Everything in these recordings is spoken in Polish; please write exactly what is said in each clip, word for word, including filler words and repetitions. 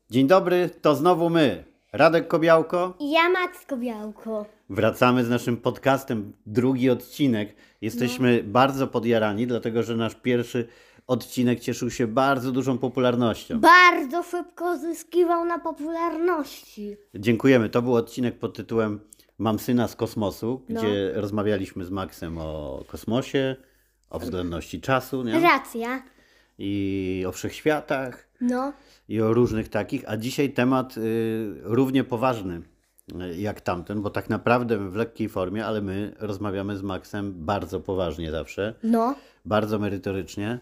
Dzień dobry, to znowu my, Radek Kobiałko. I ja Max Kobiałko. Wracamy z naszym podcastem, drugi odcinek. Jesteśmy no. bardzo podjarani, dlatego że nasz pierwszy odcinek cieszył się bardzo dużą popularnością. Bardzo szybko zyskiwał na popularności. Dziękujemy. To był odcinek pod tytułem Mam syna z kosmosu, No. gdzie rozmawialiśmy z Maxem o kosmosie, o względności czasu, nie? Racja. I o wszechświatach. No. I o różnych takich, a dzisiaj temat y, równie poważny y, jak tamten, bo tak naprawdę w lekkiej formie, ale my rozmawiamy z Maxem bardzo poważnie zawsze, No. bardzo merytorycznie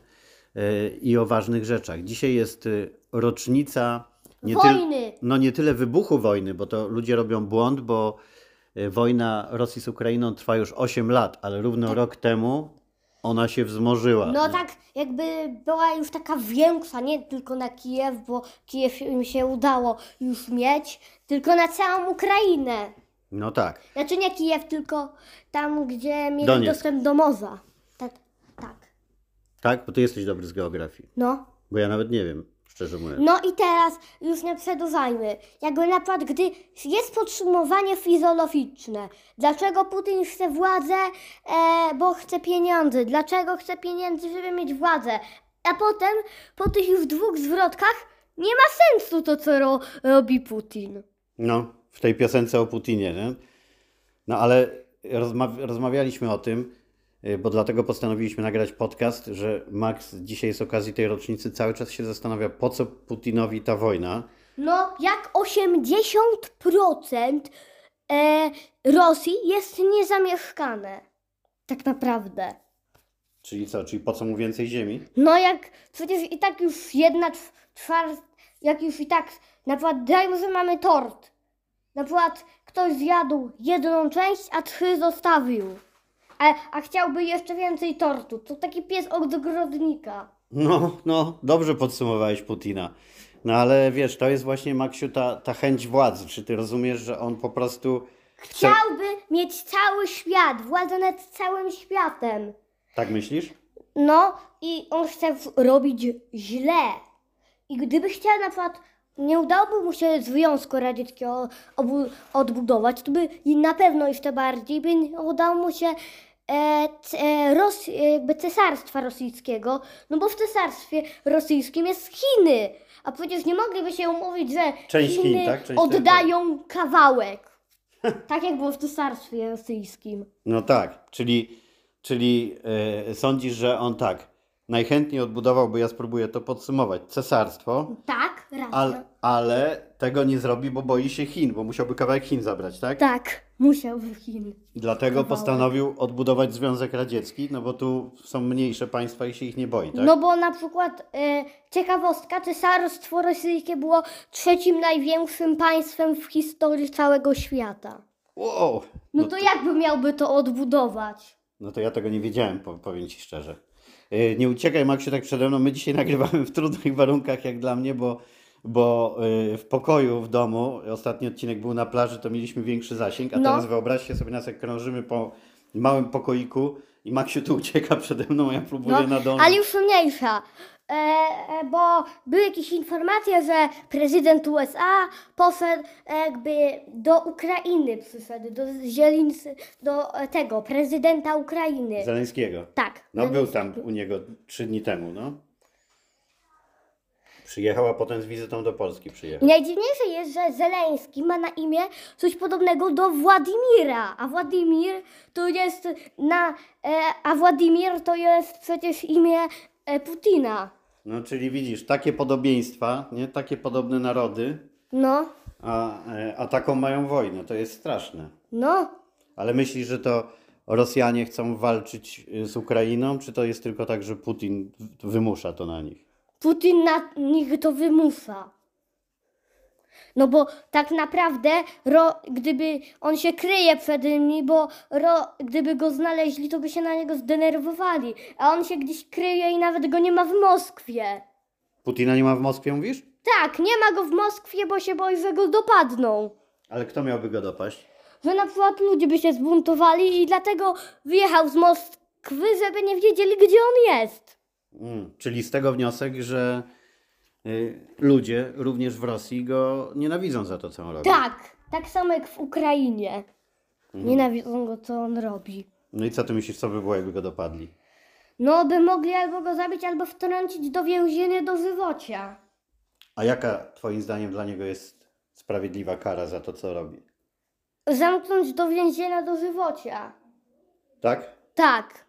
y, i o ważnych rzeczach. Dzisiaj jest y, rocznica nie Wojny. Tyl, no nie tyle wybuchu wojny, bo to ludzie robią błąd, bo y, wojna Rosji z Ukrainą trwa już osiem lat, ale równo Tak. rok temu ona się wzmożyła. No tak jakby była już taka większa, nie tylko na Kijef, bo Kijef im się udało już mieć, tylko na całą Ukrainę. No tak. Znaczy nie Kijef, tylko tam, gdzie mieli Donieck. dostęp do morza. Tak, tak. Tak? Bo ty jesteś dobry z geografii. No. Bo ja nawet nie wiem, szczerze mówiąc. No i teraz już nie przedłużajmy. Jakby na przykład, gdy jest podsumowanie fizjologiczne. Dlaczego Putin chce władzę? E, bo chce pieniądze. Dlaczego chce pieniędzy, żeby mieć władzę? A potem, po tych już dwóch zwrotkach, nie ma sensu to, co ro, robi Putin. No, w tej piosence o Putinie, nie? No ale rozma- rozmawialiśmy o tym, y, bo dlatego postanowiliśmy nagrać podcast, że Max dzisiaj z okazji tej rocznicy cały czas się zastanawia, po co Putinowi ta wojna. No, jak osiemdziesiąt procent e, Rosji jest niezamieszkane. Tak naprawdę. Czyli co? Czyli po co mu więcej ziemi? No jak przecież i tak już jedna czwarta, jak już i tak, na przykład dajmy, że mamy tort. Na przykład ktoś zjadł jedną część, a trzy zostawił. A, a chciałby jeszcze więcej tortu. To taki pies od ogrodnika. No, no, dobrze podsumowałeś Putina. No ale wiesz, to jest właśnie, Maksiu, ta, ta chęć władzy. Czy ty rozumiesz, że on po prostu chce... Chciałby mieć cały świat, władzę nad całym światem. Tak myślisz? No i on chce w- robić źle. I gdyby chciał na przykład, nie udałoby mu się Związku Radzieckiego obu- odbudować, to by i na pewno jeszcze bardziej by udało mu się e, c- e, Ros- e, jakby cesarstwa rosyjskiego, no bo w cesarstwie rosyjskim jest Chiny, a przecież nie mogliby się umówić, że Część Chin, Chiny tak? Część oddają kawałek. Tak jak było w cesarstwie rosyjskim. No tak, czyli, czyli e, sądzisz, że on tak, najchętniej odbudowałby, ja spróbuję to podsumować, cesarstwo, Tak, racja. al, ale tego nie zrobi, bo boi się Chin, bo musiałby kawałek Chin zabrać, tak? Tak, musiałby Chin. Dlatego kawałek. postanowił odbudować Związek Radziecki, no bo tu są mniejsze państwa i się ich nie boi, tak? No bo na przykład e, ciekawostka, cesarstwo rosyjskie było trzecim największym państwem w historii całego świata. Wow, No to jakby miałby to odbudować? no to ja tego nie wiedziałem, po- powiem Ci szczerze. Yy, Nie uciekaj, Maksiu, tak przede mną. My dzisiaj nagrywamy w trudnych warunkach, jak dla mnie, bo, bo yy, w pokoju, w domu, ostatni odcinek był na plaży, to mieliśmy większy zasięg, a No. teraz wyobraźcie sobie nas, jak krążymy po małym pokoiku i Maksiu tu ucieka przede mną, a ja próbuję No, nadążyć. ale już mniejsza. E, e, bo były jakieś informacje, że prezydent U S A poszedł e, jakby do Ukrainy, przyszedł do Zielińcy, do e, tego, prezydenta Ukrainy. Zeleńskiego. Tak. No był Zelenskiego. tam u niego trzy dni temu, no. Przyjechał, a potem z wizytą do Polski I przyjechał. najdziwniejsze jest, że Zeleński ma na imię coś podobnego do Władimira, a Władimir to jest na, e, a Władimir to jest przecież imię e, Putina. No, czyli widzisz, takie podobieństwa, nie? Takie podobne narody, No, a, e, a taką mają wojnę. To jest straszne. no, Ale myślisz, że to Rosjanie chcą walczyć y, z Ukrainą, czy to jest tylko tak, że Putin w- wymusza to na nich? Putin na nich to wymusza. No bo tak naprawdę, ro, gdyby on się kryje przed nimi, bo ro, gdyby go znaleźli, to by się na niego zdenerwowali. A on się gdzieś kryje i nawet go nie ma w Moskwie. Putina nie ma w Moskwie, mówisz? Tak, nie ma go w Moskwie, bo się boi, że go dopadną. Ale kto miałby go dopaść? Że na przykład ludzie by się zbuntowali i dlatego wyjechał z Moskwy, żeby nie wiedzieli, gdzie on jest. Mm, czyli z tego wniosek, że y, ludzie, również w Rosji, go nienawidzą za to, co on robi. Tak, tak samo jak w Ukrainie. Nienawidzą go, co on robi. No i co ty myślisz, co by było, jakby go dopadli? No, by mogli albo go zabić, albo wtrącić do więzienia dożywocia. A jaka twoim zdaniem dla niego jest sprawiedliwa kara za to, co robi? Zamknąć do więzienia dożywocia. Tak? Tak,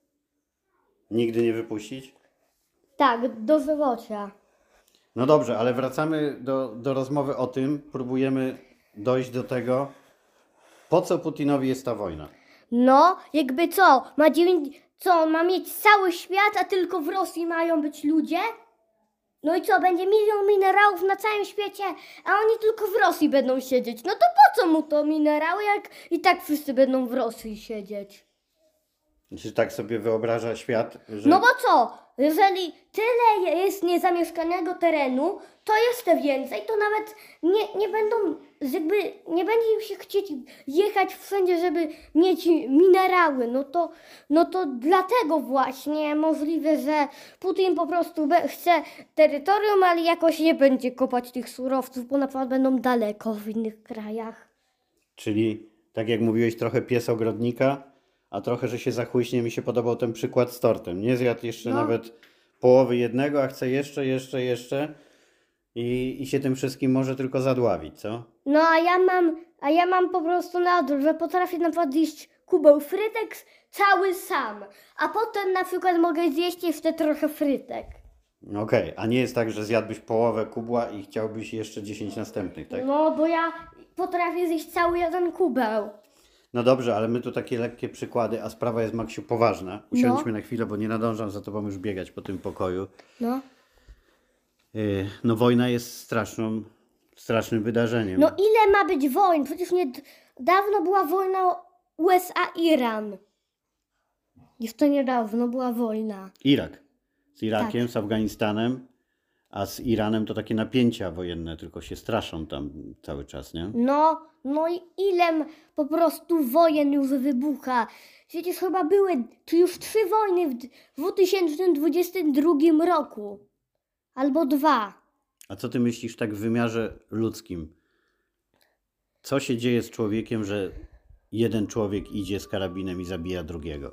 Nigdy nie wypuścić? tak, dożywocia. No dobrze, ale wracamy do, do rozmowy o tym, próbujemy dojść do tego, po co Putinowi jest ta wojna. No, jakby co? Ma dziewięć... Co, on ma mieć cały świat, a tylko w Rosji mają być ludzie? No i co, będzie milion minerałów na całym świecie, a oni tylko w Rosji będą siedzieć. No to po co mu to minerały, jak i tak wszyscy będą w Rosji siedzieć? Czy tak sobie wyobraża świat, że... No bo co? Jeżeli tyle jest niezamieszkanego terenu, to jeszcze więcej, to nawet nie, nie będą, jakby nie będzie im się chcieć jechać wszędzie, żeby mieć minerały. No to, no to dlatego właśnie możliwe, że Putin po prostu be- chce terytorium, ale jakoś nie będzie kopać tych surowców, bo na przykład będą daleko w innych krajach. Czyli, tak jak mówiłeś, trochę pies ogrodnika, a trochę, że się zachłyśnie. Mi się podobał ten przykład z tortem. Nie zjadł jeszcze No. nawet połowy jednego, a chce jeszcze, jeszcze, jeszcze i, i się tym wszystkim może tylko zadławić, co? No a ja mam, a ja mam po prostu na odwrót, że potrafię na przykład zjeść kubeł frytek cały sam, a potem na przykład mogę zjeść jeszcze trochę frytek. Okej, a nie jest tak, że zjadłbyś połowę kubła i chciałbyś jeszcze dziesięć następnych, tak? No bo ja potrafię zjeść cały jeden kubeł. No dobrze, ale my tu takie lekkie przykłady, a sprawa jest, Maksiu, poważna. Usiądźmy na chwilę, bo nie nadążam za tobą już biegać po tym pokoju. No. Yy, no wojna jest straszną, strasznym wydarzeniem. No ile ma być wojen? Przecież nie dawno była wojna U S A-Iran. Jeszcze niedawno była wojna. Irak. Z Irakiem, Tak. z Afganistanem, a z Iranem to takie napięcia wojenne, tylko się straszą tam cały czas, nie? No, no i ile m- po prostu wojen już wybucha. Przecież chyba były tu już trzy wojny w d- dwa tysiące dwudziestym drugim roku. Albo dwa. A co ty myślisz tak w wymiarze ludzkim? Co się dzieje z człowiekiem, że jeden człowiek idzie z karabinem i zabija drugiego?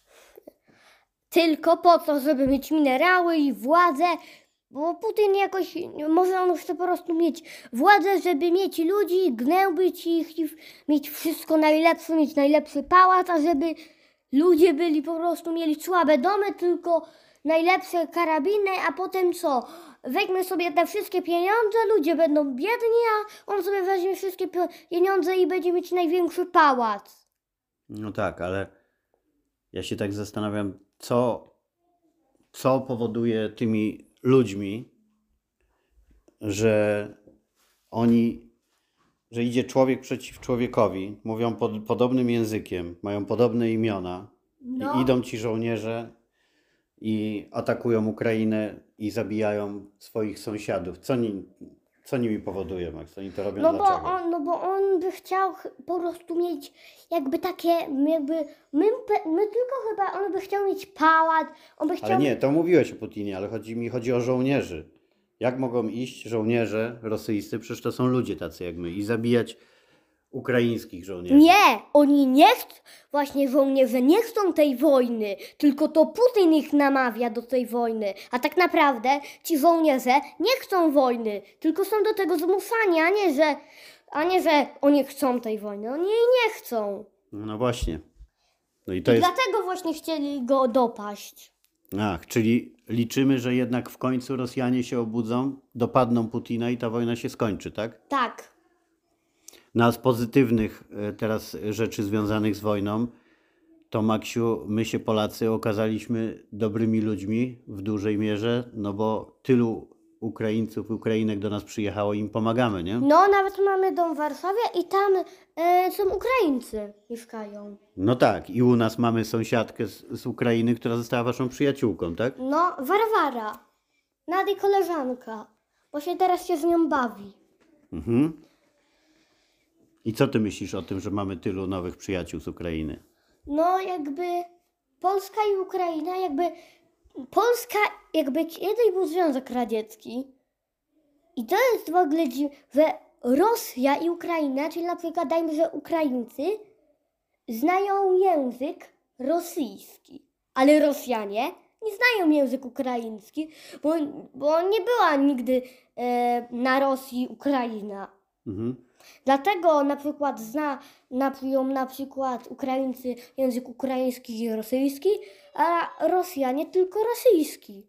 Tylko po to, żeby mieć minerały i władzę, bo Putin jakoś, może on chce po prostu mieć władzę, żeby mieć ludzi, gnębić ich i w- mieć wszystko najlepsze, mieć najlepszy pałac, a żeby ludzie byli po prostu, mieli słabe domy, tylko najlepsze karabiny, a potem co? Weźmie sobie te wszystkie pieniądze, ludzie będą biedni, a on sobie weźmie wszystkie pio- pieniądze i będzie mieć największy pałac. No tak, ale ja się tak zastanawiam, co, co powoduje tymi ludźmi, że oni, że idzie człowiek przeciw człowiekowi, mówią pod, podobnym językiem, mają podobne imiona No. i idą ci żołnierze i atakują Ukrainę i zabijają swoich sąsiadów. Co, ni, co nimi powoduje, Max? Oni to robią No bo, dlaczego? on, no bo on by chciał ch- po prostu mieć jakby takie, jakby, my, pe- my tylko chyba, on by chciał mieć pałac, on by chciał... Ale nie, to mówiłeś o Putinie, ale chodzi mi chodzi o żołnierzy. Jak mogą iść żołnierze rosyjscy, przecież to są ludzie tacy jak my, i zabijać ukraińskich żołnierzy? Nie, oni nie chcą, właśnie żołnierze nie chcą tej wojny, tylko to Putin ich namawia do tej wojny. A tak naprawdę ci żołnierze nie chcą wojny, tylko są do tego zmuszani, a nie, że, a nie, że oni chcą tej wojny. Oni jej nie chcą. No właśnie. No i to I jest... dlatego właśnie chcieli go dopaść. Ach, czyli liczymy, że jednak w końcu Rosjanie się obudzą, dopadną Putina i ta wojna się skończy, tak? Tak. No a z pozytywnych e, teraz rzeczy związanych z wojną, to Maksiu, my się Polacy okazaliśmy dobrymi ludźmi w dużej mierze, no bo tylu Ukraińców i Ukrainek do nas przyjechało i im pomagamy, nie? No, nawet mamy dom w Warszawie i tam e, są Ukraińcy mieszkają. No tak, i u nas mamy sąsiadkę z, z Ukrainy, która została waszą przyjaciółką, tak? No, Warwara. Nad jej koleżanka. Bo się teraz się z nią bawi. Mhm. I co ty myślisz o tym, że mamy tylu nowych przyjaciół z Ukrainy? No, jakby Polska i Ukraina, jakby Polska, jakby kiedyś był Związek Radziecki, I to jest w ogóle dziwne, że Rosja i Ukraina, czyli na przykład dajmy, że Ukraińcy znają język rosyjski, ale Rosjanie nie znają język ukraiński, bo, bo nie była nigdy e, na Rosji Ukraina. Mhm. Dlatego na przykład zna znają na przykład Ukraińcy język ukraiński i rosyjski, a Rosjanie tylko rosyjski.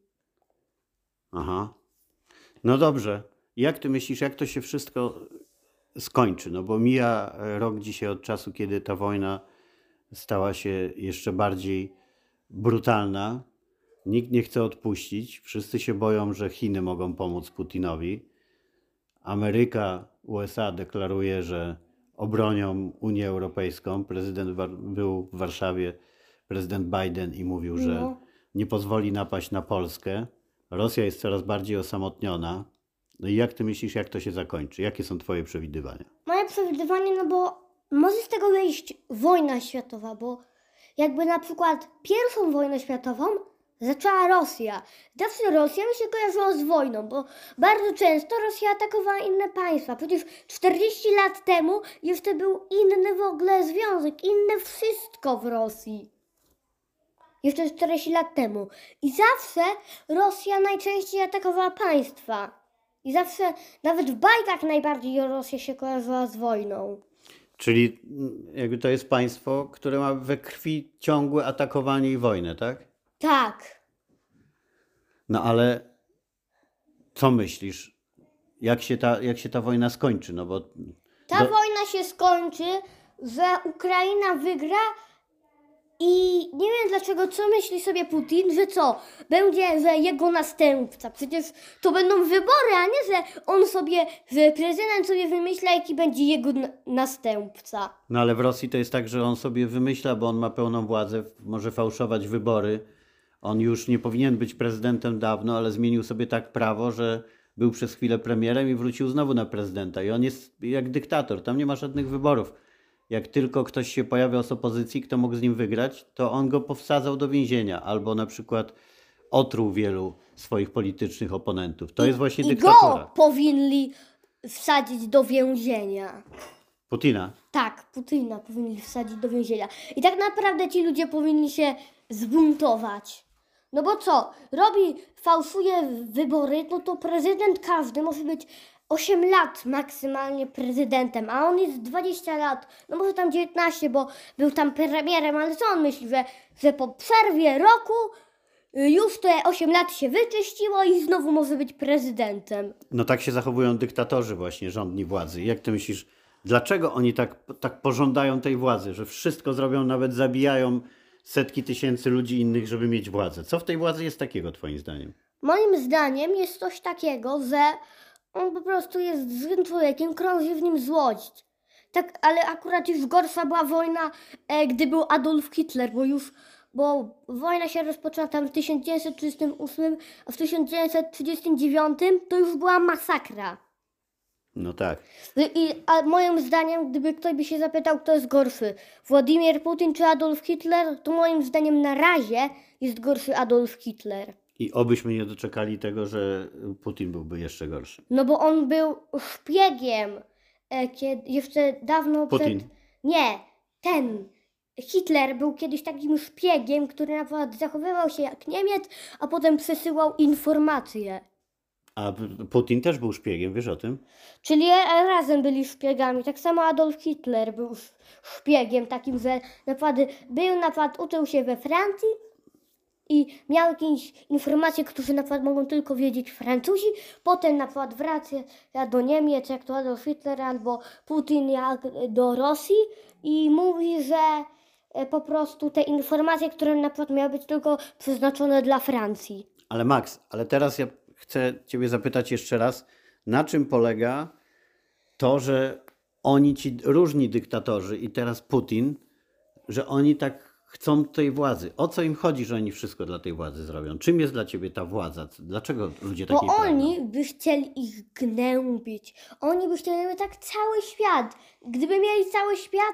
Aha. No dobrze. Jak ty myślisz, jak to się wszystko skończy? No bo mija rok dzisiaj od czasu, kiedy ta wojna stała się jeszcze bardziej brutalna. Nikt nie chce odpuścić. Wszyscy się boją, że Chiny mogą pomóc Putinowi. Ameryka, U S A deklaruje, że obronią Unię Europejską. Prezydent War- był w Warszawie, prezydent Biden i mówił, że No. nie pozwoli napaść na Polskę. Rosja jest coraz bardziej osamotniona. No i jak ty myślisz, jak to się zakończy? Jakie są twoje przewidywania? Moje przewidywanie, no bo może z tego wyjść wojna światowa, bo jakby na przykład pierwszą wojnę światową zaczęła Rosja. Zawsze Rosja mi się kojarzyła z wojną, bo bardzo często Rosja atakowała inne państwa. Przecież czterdzieści lat temu jeszcze był inny w ogóle związek, inne wszystko w Rosji. Jeszcze czterdzieści lat temu. I zawsze Rosja najczęściej atakowała państwa. I zawsze, nawet w bajkach najbardziej Rosja się kojarzyła z wojną. Czyli mm, jakby to jest państwo, które ma we krwi ciągłe atakowanie i wojnę, tak? Tak. No ale co myślisz? Jak się ta, jak się ta wojna skończy? No bo Ta do- wojna się skończy, że Ukraina wygra i nie wiem dlaczego, co myśli sobie Putin, że co, będzie, że jego następca. Przecież to będą wybory, a nie, że on sobie, że prezydent sobie wymyśla, jaki będzie jego na- następca. No ale w Rosji to jest tak, że on sobie wymyśla, bo on ma pełną władzę, może fałszować wybory. On już nie powinien być prezydentem dawno, ale zmienił sobie tak prawo, że był przez chwilę premierem i wrócił znowu na prezydenta. I on jest jak dyktator, tam nie ma żadnych wyborów. Jak tylko ktoś się pojawia z opozycji, kto mógł z nim wygrać, to on go powsadzał do więzienia albo na przykład otruł wielu swoich politycznych oponentów. To jest właśnie I dyktatura. go powinni wsadzić do więzienia. Putina. Tak, Putina powinni wsadzić do więzienia. I tak naprawdę ci ludzie powinni się zbuntować. No bo co? Robi, fałszuje wybory, no to prezydent każdy może być osiem lat maksymalnie prezydentem, a on jest dwadzieścia lat, no może tam dziewiętnaście, bo był tam premierem, ale co on myśli, że, że po przerwie roku y, już te osiem lat się wyczyściło i znowu może być prezydentem. No tak się zachowują dyktatorzy właśnie, rządni władzy. Jak ty myślisz, dlaczego oni tak, tak pożądają tej władzy, że wszystko zrobią, nawet zabijają setki tysięcy ludzi innych, żeby mieć władzę? Co w tej władzy jest takiego twoim zdaniem? Moim zdaniem jest coś takiego, że on po prostu jest złym człowiekiem, krąży w nim złość. Tak, ale akurat już gorsza była wojna, e, gdy był Adolf Hitler, bo już, bo wojna się rozpoczęła tam w tysiąc dziewięćset trzydziestym ósmym, a w tysiąc dziewięćset trzydziestym dziewiątym to już była masakra. No tak. I a moim zdaniem, gdyby ktoś by się zapytał, kto jest gorszy, Władimir Putin czy Adolf Hitler, to moim zdaniem na razie jest gorszy Adolf Hitler. I obyśmy nie doczekali tego, że Putin byłby jeszcze gorszy. No bo on był szpiegiem, e, kiedy jeszcze dawno Putin. przed... Nie, ten Hitler był kiedyś takim szpiegiem, który na przykład zachowywał się jak Niemiec, a potem przesyłał informacje. A Putin też był szpiegiem, wiesz o tym? Czyli e, razem byli szpiegami. Tak samo Adolf Hitler był sz- szpiegiem takim, że na przykład był, na przykład uczył się we Francji i miał jakieś informacje, które na przykład mogą tylko wiedzieć Francuzi. Potem na przykład wraca do Niemiec, jak to Adolf Hitler albo Putin jak do Rosji i mówi, że e, po prostu te informacje, które na przykład miały być tylko przeznaczone dla Francji. Ale Max, ale teraz ja chcę ciebie zapytać jeszcze raz, na czym polega to, że oni ci różni dyktatorzy i teraz Putin, że oni tak chcą tej władzy. O co im chodzi, że oni wszystko dla tej władzy zrobią? Czym jest dla ciebie ta władza? Dlaczego ludzie Bo takiej pragną? oni by chcieli ich gnębić. Oni by chcieli mieć tak cały świat. Gdyby mieli cały świat,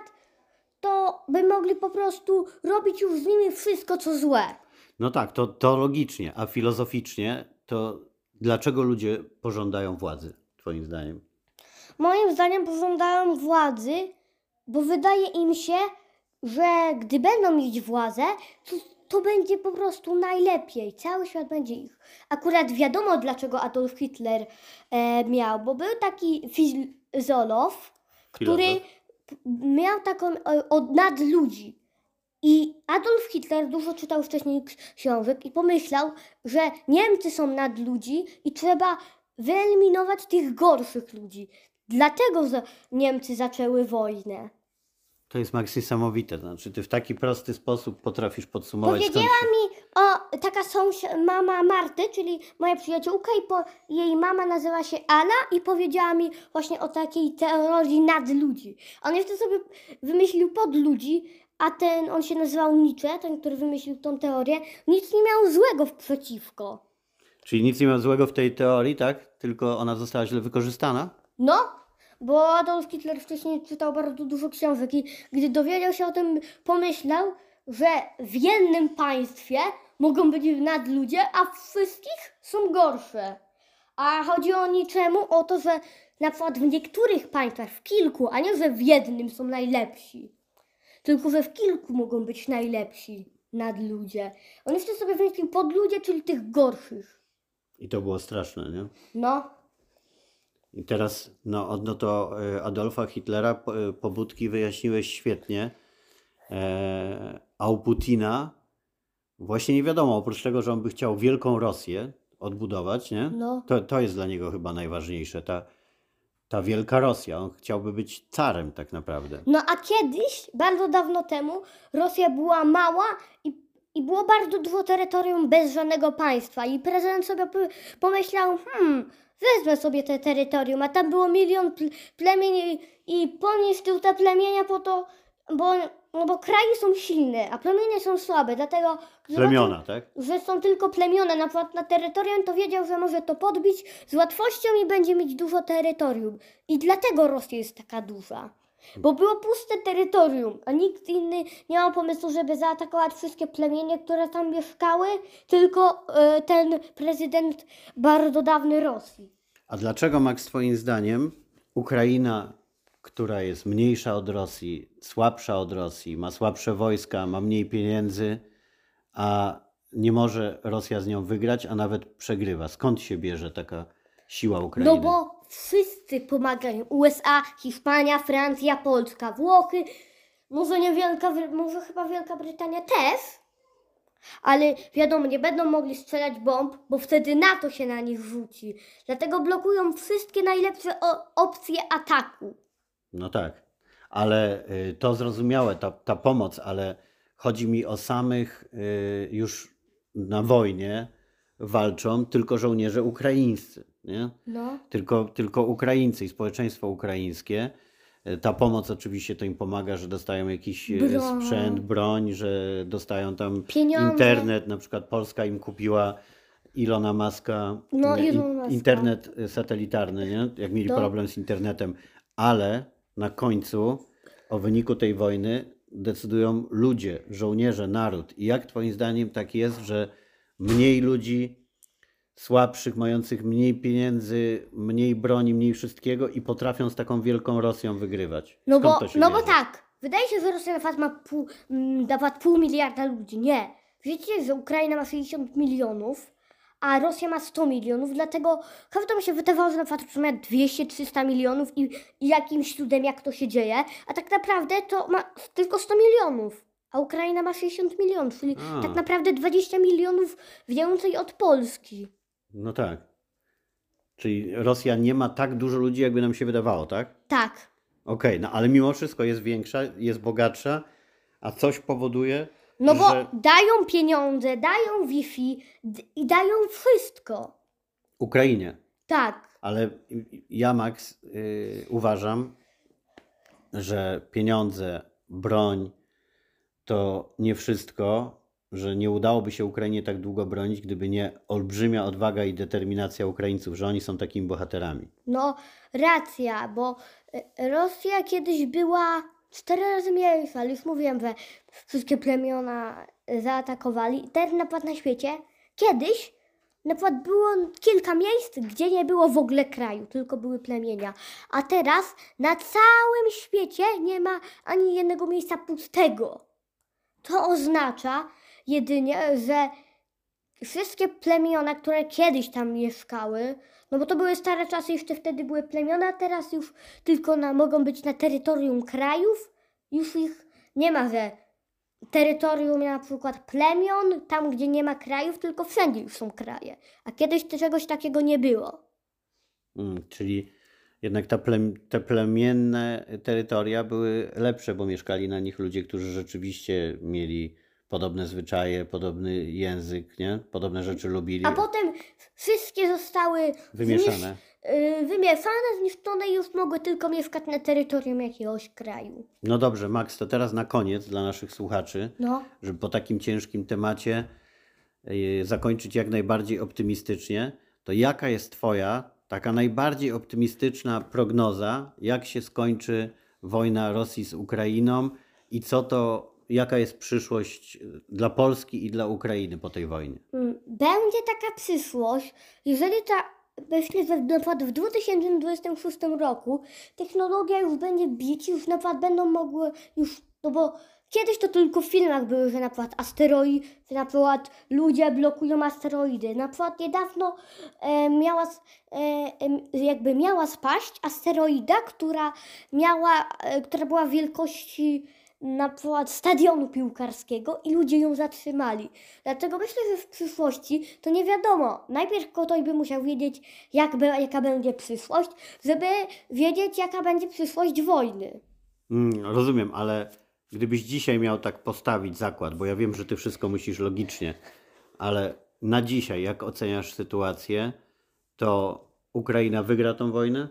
to by mogli po prostu robić już z nimi wszystko, co złe. No tak, to, to logicznie, a filozoficznie to dlaczego ludzie pożądają władzy? twoim zdaniem? Moim zdaniem pożądają władzy, bo wydaje im się, że gdy będą mieć władzę, to, to będzie po prostu najlepiej. Cały świat będzie ich. Akurat wiadomo, dlaczego Adolf Hitler e, miał, bo był taki fizolof, który p- miał taką e, od nadludzi. I Adolf Hitler dużo czytał wcześniej książek i pomyślał, że Niemcy są nadludzi i trzeba wyeliminować tych gorszych ludzi. Dlatego że Niemcy zaczęły wojnę. To jest, Max, niesamowite. Znaczy, ty w taki prosty sposób potrafisz podsumować... Powiedziała skąd się- mi o taka sąsi- mama Marty, czyli moja przyjaciółka, i po, jej mama nazywa się Ala i powiedziała mi właśnie o takiej teorii nadludzi. On jeszcze sobie wymyślił podludzi, a ten, on się nazywał Nietzsche, ten, który wymyślił tą teorię, nic nie miał złego w przeciwko. Czyli nic nie ma złego w tej teorii, tak? Tylko ona została źle wykorzystana? No, bo Adolf Hitler wcześniej czytał bardzo dużo książek i gdy dowiedział się o tym, pomyślał, że w jednym państwie mogą być nadludzie, a w wszystkich są gorsze. A chodzi o niczemu, o to, że na przykład w niektórych państwach, w kilku, a nie, że w jednym są najlepsi. Tylko, że w kilku mogą być najlepsi nadludzie. On jeszcze sobie wymyślił podludzie, czyli tych gorszych. I to było straszne, nie? No. I teraz, no, od- no to e, Adolfa Hitlera po- e, pobudki wyjaśniłeś świetnie, e, a u Putina właśnie nie wiadomo, oprócz tego, że on by chciał wielką Rosję odbudować, nie? No. To, to jest dla niego chyba najważniejsze, ta, ta wielka Rosja. On chciałby być carem tak naprawdę. No a kiedyś, bardzo dawno temu, Rosja była mała i, i było bardzo dużo terytorium bez żadnego państwa. I prezydent sobie p- pomyślał, hmm, wezmę sobie te terytorium, a tam było milion pl- plemień i, i poniszczył te plemienia po to, bo, no bo kraje są silne, a plemienie są słabe, dlatego gdy Plemiona, tak? że są tylko plemiona na przykład na terytorium, to wiedział, że może to podbić z łatwością i będzie mieć dużo terytorium. I dlatego Rosja jest taka duża. Bo było puste terytorium, a nikt inny nie miał pomysłu, żeby zaatakować wszystkie plemienie, które tam mieszkały, tylko e, ten prezydent bardzo dawny Rosji. A dlaczego, Max, twoim zdaniem Ukraina, która jest mniejsza od Rosji, słabsza od Rosji, ma słabsze wojska, ma mniej pieniędzy, a nie może Rosja z nią wygrać, a nawet przegrywa? Skąd się bierze taka siła Ukrainy? No bo wszyscy pomagają. U S A, Hiszpania, Francja, Polska, Włochy, może nie Wielka, Bry- może chyba Wielka Brytania też, ale wiadomo, nie będą mogli strzelać bomb, bo wtedy NATO się na nich rzuci. Dlatego blokują wszystkie najlepsze o- opcje ataku. No tak, ale y, to zrozumiałe, ta, ta pomoc, ale chodzi mi o samych y, już na wojnie walczą tylko żołnierze ukraińscy, nie? No. Tylko, tylko Ukraińcy i społeczeństwo ukraińskie. Y, Ta pomoc oczywiście to im pomaga, że dostają jakiś y, Broń. sprzęt, broń, że dostają tam Pieniądze. internet. Na przykład Polska im kupiła Ilona Maska No, y, Elon Muska. internet y, satelitarny, nie? Jak mieli No. problem z internetem. Ale na końcu o wyniku tej wojny decydują ludzie, żołnierze, naród. I jak twoim zdaniem tak jest, że mniej ludzi, słabszych, mających mniej pieniędzy, mniej broni, mniej wszystkiego i potrafią z taką wielką Rosją wygrywać? No Skąd bo, to się no bo bierze? tak, wydaje się, że Rosja na przykład ma pół, mm, na przykład pół miliarda ludzi. Nie. Wiecie, że Ukraina ma sześćdziesiąt milionów, a Rosja ma sto milionów, dlatego każdemu się wydawało, że na przykład Rosja ma dwieście trzysta milionów i, i jakimś cudem jak to się dzieje, a tak naprawdę to ma tylko sto milionów, a Ukraina ma sześćdziesiąt milionów, czyli A. tak naprawdę dwadzieścia milionów więcej od Polski. No tak. Czyli Rosja nie ma tak dużo ludzi, jakby nam się wydawało, tak? Tak. Okej, no ale mimo wszystko jest większa, jest bogatsza, a coś powoduje, No bo że dają pieniądze, dają Wi-Fi d- i dają wszystko. Ukrainie. Tak. Ale ja, Max, yy, uważam, że pieniądze, broń to nie wszystko, że nie udałoby się Ukrainie tak długo bronić, gdyby nie olbrzymia odwaga i determinacja Ukraińców, że oni są takimi bohaterami. No, racja, bo e, Rosja kiedyś była cztery razy mniejsza, ale już mówiłem, że wszystkie plemiona e, zaatakowali. I teraz na przykład na świecie, kiedyś na przykład było kilka miejsc, gdzie nie było w ogóle kraju, tylko były plemienia. A teraz na całym świecie nie ma ani jednego miejsca pustego. To oznacza jedynie, że wszystkie plemiona, które kiedyś tam mieszkały, no bo to były stare czasy, jeszcze wtedy były plemiona, teraz już tylko na, mogą być na terytorium krajów, już ich nie ma, że terytorium na przykład plemion, tam gdzie nie ma krajów, tylko wszędzie już są kraje. A kiedyś to czegoś takiego nie było. Mm, czyli jednak ta plem, te plemienne terytoria były lepsze, bo mieszkali na nich ludzie, którzy rzeczywiście mieli podobne zwyczaje, podobny język, nie? Podobne rzeczy lubili. A potem wszystkie zostały Wymieszane. Znisz, yy, wymieszane, zniszczone i już mogły tylko mieszkać na terytorium jakiegoś kraju. No dobrze, Max, to teraz na koniec dla naszych słuchaczy, No. żeby po takim ciężkim temacie yy, zakończyć jak najbardziej optymistycznie, to jaka jest Twoja taka najbardziej optymistyczna prognoza, jak się skończy wojna Rosji z Ukrainą i co to, jaka jest przyszłość dla Polski i dla Ukrainy po tej wojnie? Będzie taka przyszłość, jeżeli ta, myślę, że na przykład w dwa tysiące dwudziestym szóstym roku technologia już będzie bić, już na przykład będą mogły już, no bo kiedyś to tylko w filmach były, że na przykład asteroidy, że na przykład ludzie blokują asteroidy. Na przykład niedawno e, miała, e, e, jakby miała spaść asteroida, która miała, e, która była wielkości na przykład stadionu piłkarskiego i ludzie ją zatrzymali. Dlatego myślę, że w przyszłości to nie wiadomo. Najpierw ktoś by musiał wiedzieć, jak be, jaka będzie przyszłość, żeby wiedzieć, jaka będzie przyszłość wojny. Mm, rozumiem, ale gdybyś dzisiaj miał tak postawić zakład, bo ja wiem, że ty wszystko myślisz logicznie, ale na dzisiaj, jak oceniasz sytuację, to Ukraina wygra tą wojnę?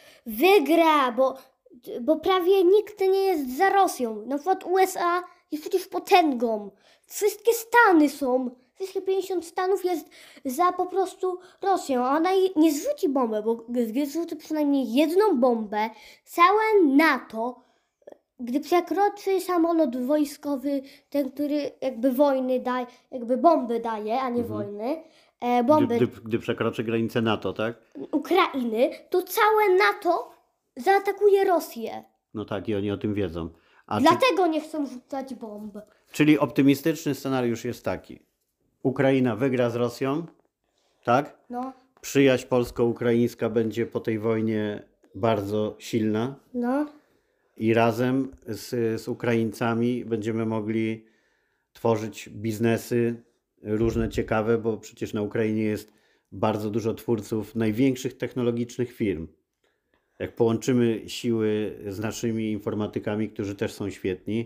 Wygra, bo, bo prawie nikt nie jest za Rosją. Na przykład U S A jest przecież potęgą. Wszystkie Stany są, wszystkie pięćdziesiąt stanów jest za po prostu Rosją. A ona nie zrzuci bombę, bo gdy zrzuci przynajmniej jedną bombę, całe NATO, gdy przekroczy samolot wojskowy, ten, który jakby wojny daje, jakby bomby daje, a nie Mhm. wojny, e, bomby Gdy, gdy, gdy przekroczy granicę NATO, tak? Ukrainy, to całe NATO zaatakuje Rosję. No tak, i oni o tym wiedzą. A czy, Dlatego nie chcą rzucać bomb. czyli optymistyczny scenariusz jest taki. Ukraina wygra z Rosją, tak? No, Przyjaźń polsko-ukraińska będzie po tej wojnie bardzo silna no, i razem z, z Ukraińcami będziemy mogli tworzyć biznesy różne ciekawe, bo przecież na Ukrainie jest bardzo dużo twórców największych technologicznych firm. Jak połączymy siły z naszymi informatykami, którzy też są świetni,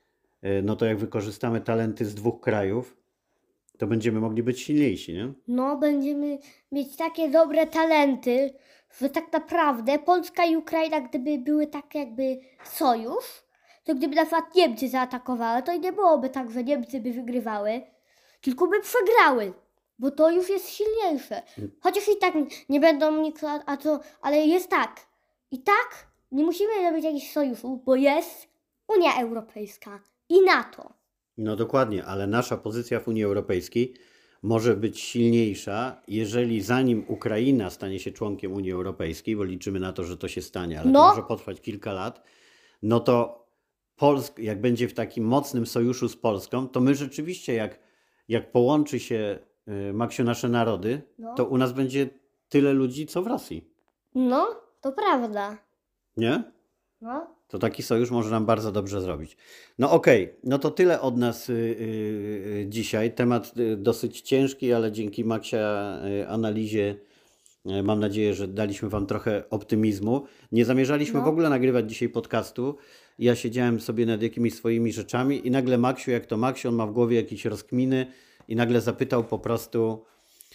no to jak wykorzystamy talenty z dwóch krajów, to będziemy mogli być silniejsi, nie? no, będziemy mieć takie dobre talenty, że tak naprawdę Polska i Ukraina, gdyby były tak jakby sojusz, to gdyby na przykład Niemcy zaatakowały, to i nie byłoby tak, że Niemcy by wygrywały, tylko by przegrały, bo to już jest silniejsze. Chociaż i tak nie będą nikt, a, a to, ale jest tak. I tak nie musimy robić jakichś sojuszów, bo jest Unia Europejska i NATO. No dokładnie, ale nasza pozycja w Unii Europejskiej może być silniejsza, jeżeli zanim Ukraina stanie się członkiem Unii Europejskiej, bo liczymy na to, że to się stanie, ale No. to może potrwać kilka lat, no to Polsk, jak będzie w takim mocnym sojuszu z Polską, to my rzeczywiście, jak, jak połączy się, y, Maksiu, nasze narody, No. to u nas będzie tyle ludzi, co w Rosji. No, to prawda. Nie? No. To taki sojusz może nam bardzo dobrze zrobić. No okej, no to tyle od nas y, y, dzisiaj. Temat y, dosyć ciężki, ale dzięki Maksia y, analizie y, mam nadzieję, że daliśmy Wam trochę optymizmu. Nie zamierzaliśmy No. w ogóle nagrywać dzisiaj podcastu. Ja siedziałem sobie nad jakimiś swoimi rzeczami i nagle Maksiu, jak to Maksiu, on ma w głowie jakieś rozkminy i nagle zapytał po prostu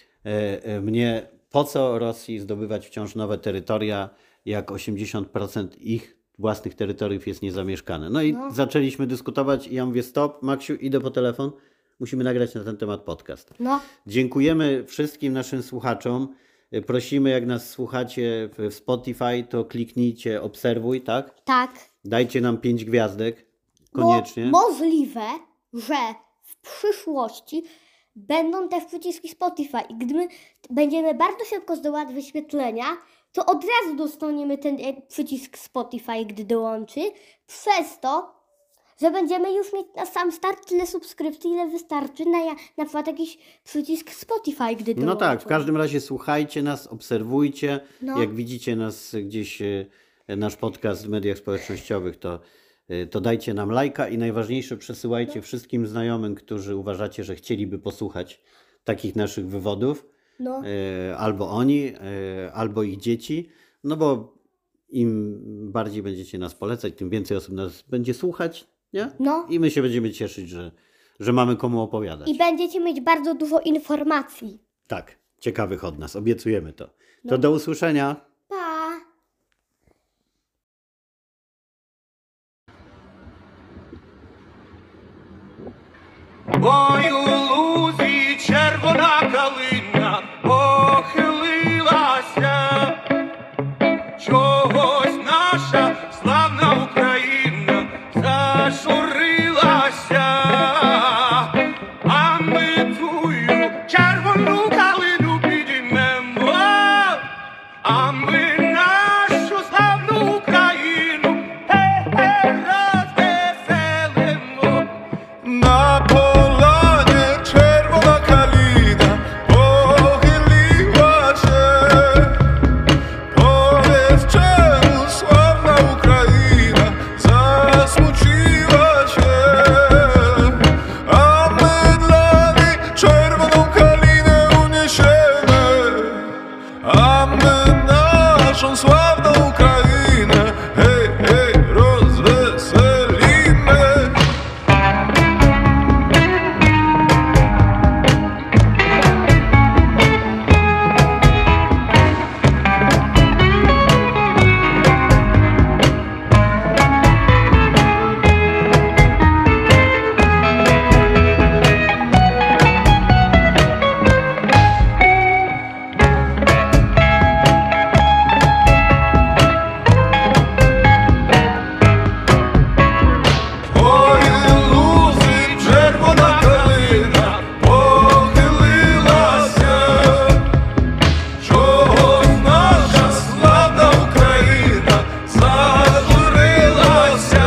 y, y, mnie, po co Rosji zdobywać wciąż nowe terytoria, jak osiemdziesiąt procent ich własnych terytoriów jest niezamieszkane. No i No. zaczęliśmy dyskutować i ja mówię, stop, Maksiu, idę po telefon, musimy nagrać na ten temat podcast. No, Dziękujemy wszystkim naszym słuchaczom. Prosimy, jak nas słuchacie w Spotify, to kliknijcie obserwuj, tak? tak. Dajcie nam pięć gwiazdek, koniecznie. Bo możliwe, że w przyszłości będą też przyciski Spotify i gdy my będziemy bardzo szybko zdołać wyświetlenia, to od razu dostaniemy ten przycisk Spotify, gdy dołączy, przez to, że będziemy już mieć na sam start tyle subskrypcji, ile wystarczy na, na przykład jakiś przycisk Spotify, gdy dołączy. No tak, w każdym razie słuchajcie nas, obserwujcie. No. Jak widzicie nas gdzieś, nasz podcast w mediach społecznościowych, to, to dajcie nam lajka i najważniejsze, przesyłajcie no. wszystkim znajomym, którzy uważacie, że chcieliby posłuchać takich naszych wywodów. No. Albo oni, albo ich dzieci. No bo im bardziej będziecie nas polecać, tym więcej osób nas będzie słuchać. Nie? No. I my się będziemy cieszyć, że, że mamy komu opowiadać. I będziecie mieć bardzo dużo informacji. Tak, ciekawych od nas, obiecujemy to. No. To do usłyszenia. Pa! Ой, у лузі червона калина похилилася, чогось наша славна Україна зажурилася, а ми тую червону калину підіймемо, а ми нашу славну Україну хе-хе розвеселимо. На полоні червона калина похилилася, повесь чому славна Україна засмучилася, а ми длани червону калину унесемо, а ми нашу славну Україну гей-гей розвеселимо. Ой, лузи, червона калина похилилася, чогось наша славна Україна зажурилася,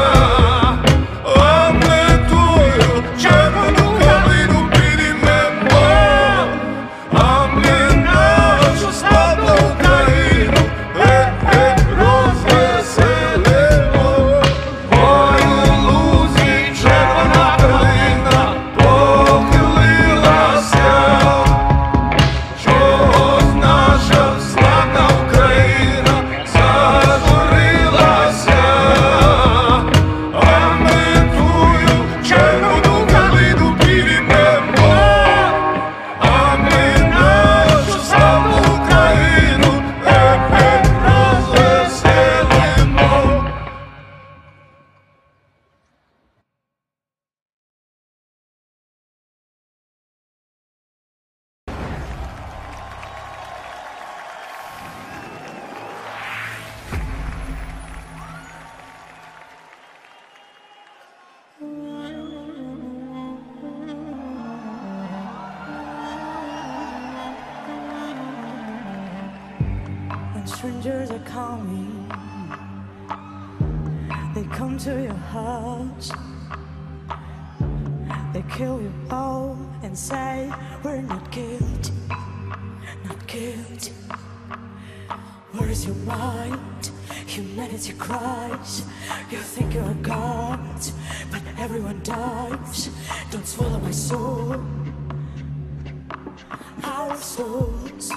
а ми тую червону калину підіймемо, а ми нашу славну Україну гей-гей розвеселимо. Ой, у лузі червона калина похилилася, чогось наша славна Україна зажурилася, а ми тую червону калину підіймемо, а ми нашу славну Україну гей-гей розвеселимо. When strangers are coming, they come to your house, they kill you all and say we're not guilty, not guilty. Where is your mind? Humanity cries. You think you're God, but everyone dies. Don't swallow my soul, our souls.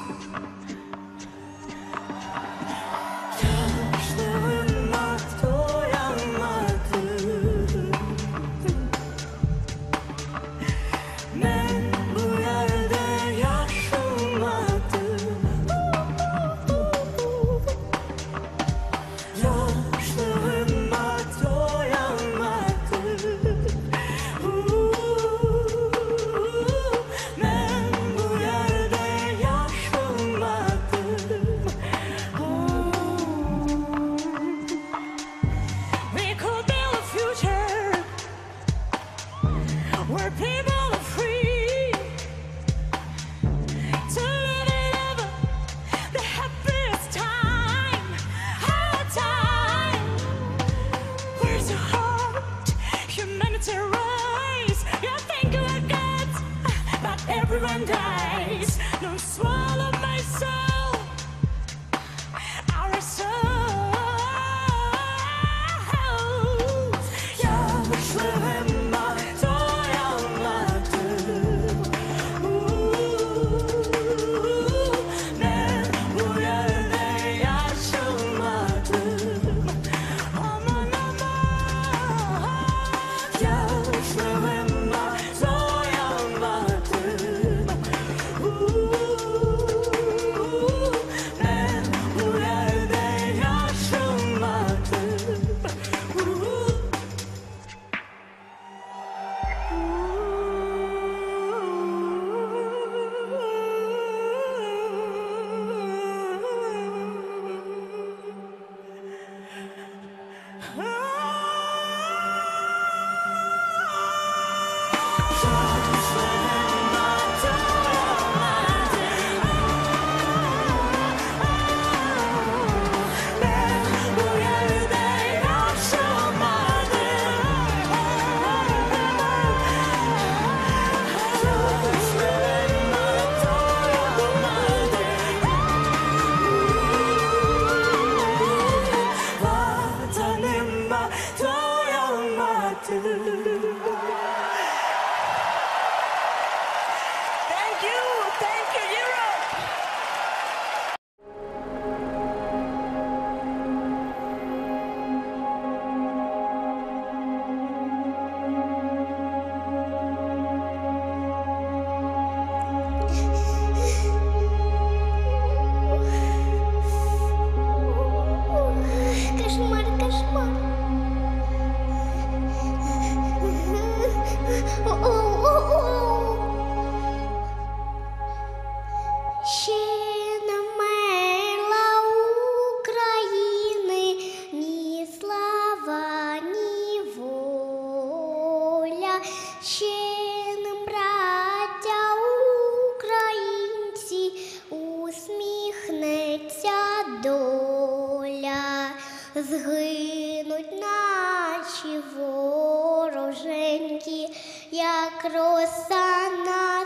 згинуть наші вороженьки, як роса на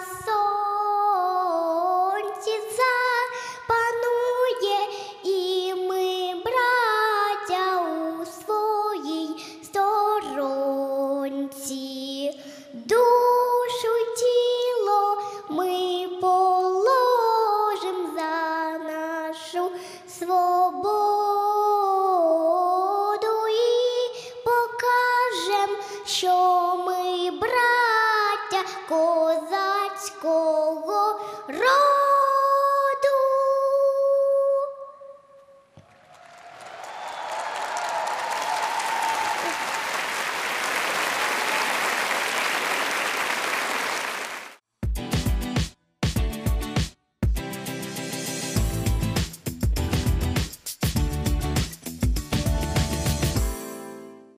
сонці запанує, і ми, браття, у своїй сторонці. Душу й тіло ми положим за нашу свободу і покажем, що ми браття козацького роду.